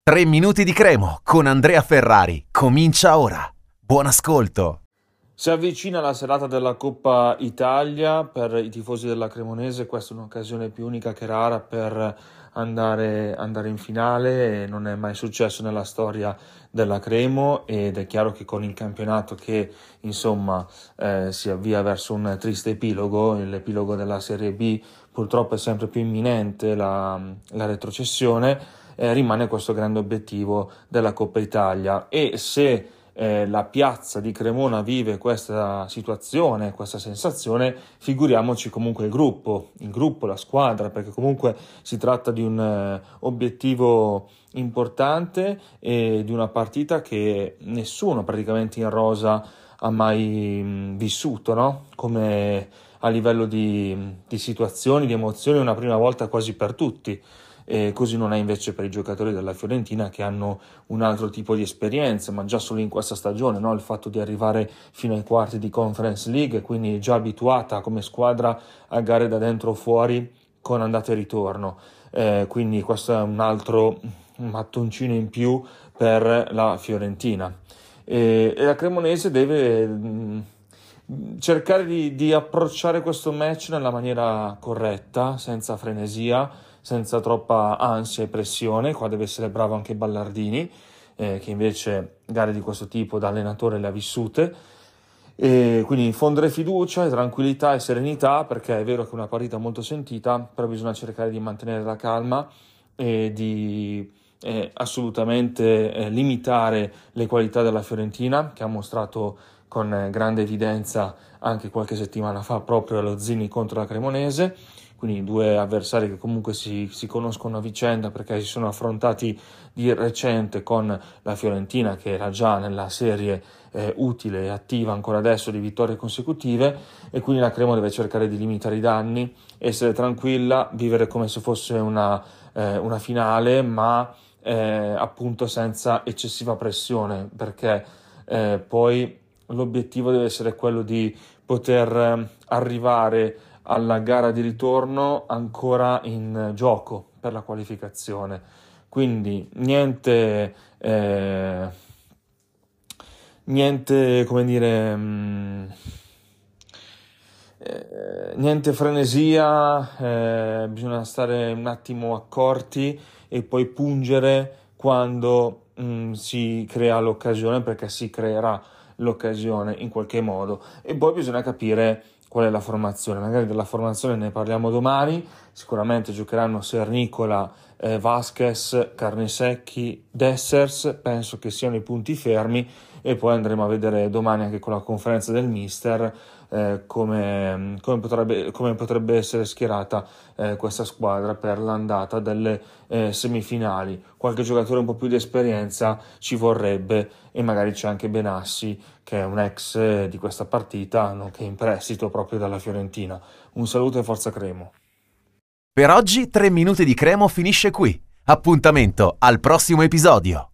3 minuti di Cremo con Andrea Ferrari. Comincia ora. Buon ascolto. Si avvicina la serata della Coppa Italia per i tifosi della Cremonese. Questa è un'occasione più unica che rara per andare in finale. Non è mai successo nella storia della Cremo ed è chiaro che con il campionato che si avvia verso un triste epilogo, l'epilogo della Serie B, purtroppo è sempre più imminente la retrocessione. Rimane questo grande obiettivo della Coppa Italia, e se la piazza di Cremona vive questa situazione, questa sensazione, figuriamoci comunque il gruppo, la squadra, perché comunque si tratta di un obiettivo importante e di una partita che nessuno praticamente in rosa ha mai vissuto, no? Come a livello di situazioni, di emozioni, una prima volta quasi per tutti. E così non è invece per i giocatori della Fiorentina, che hanno un altro tipo di esperienza, ma già solo in questa stagione, no? Il fatto di arrivare fino ai quarti di Conference League, quindi già abituata come squadra a gare da dentro o fuori con andata e ritorno, quindi questo è un altro mattoncino in più per la Fiorentina, e la Cremonese deve cercare di approcciare questo match nella maniera corretta, senza frenesia, senza troppa ansia e pressione. Qua deve essere bravo anche Ballardini, che invece gare di questo tipo da allenatore le ha vissute, e quindi infondere fiducia e tranquillità e serenità, perché è vero che è una partita molto sentita, però bisogna cercare di mantenere la calma e di assolutamente limitare le qualità della Fiorentina, che ha mostrato con grande evidenza anche qualche settimana fa proprio allo Zini contro la Cremonese. Quindi due avversari che comunque si conoscono a vicenda, perché si sono affrontati di recente con la Fiorentina, che era già nella serie utile e attiva ancora adesso di vittorie consecutive, e quindi la Cremo deve cercare di limitare i danni, essere tranquilla, vivere come se fosse una finale, ma appunto senza eccessiva pressione, perché poi l'obiettivo deve essere quello di poter arrivare alla gara di ritorno ancora in gioco per la qualificazione. Quindi niente come dire, niente frenesia, bisogna stare un attimo accorti e poi pungere quando si crea l'occasione, perché si creerà l'occasione in qualche modo. E poi bisogna capire qual è la formazione. Magari della formazione ne parliamo domani. Sicuramente giocheranno Sernicola, Vasquez, Carnesecchi, Dessers, penso che siano i punti fermi, e poi andremo a vedere domani anche con la conferenza del mister come potrebbe essere schierata questa squadra per l'andata delle semifinali. Qualche giocatore un po' più di esperienza ci vorrebbe, e magari c'è anche Benassi, che è un ex di questa partita, nonché in prestito proprio dalla Fiorentina. Un saluto e forza Cremo. Per oggi 3 minuti di Cremo finisce qui. Appuntamento al prossimo episodio.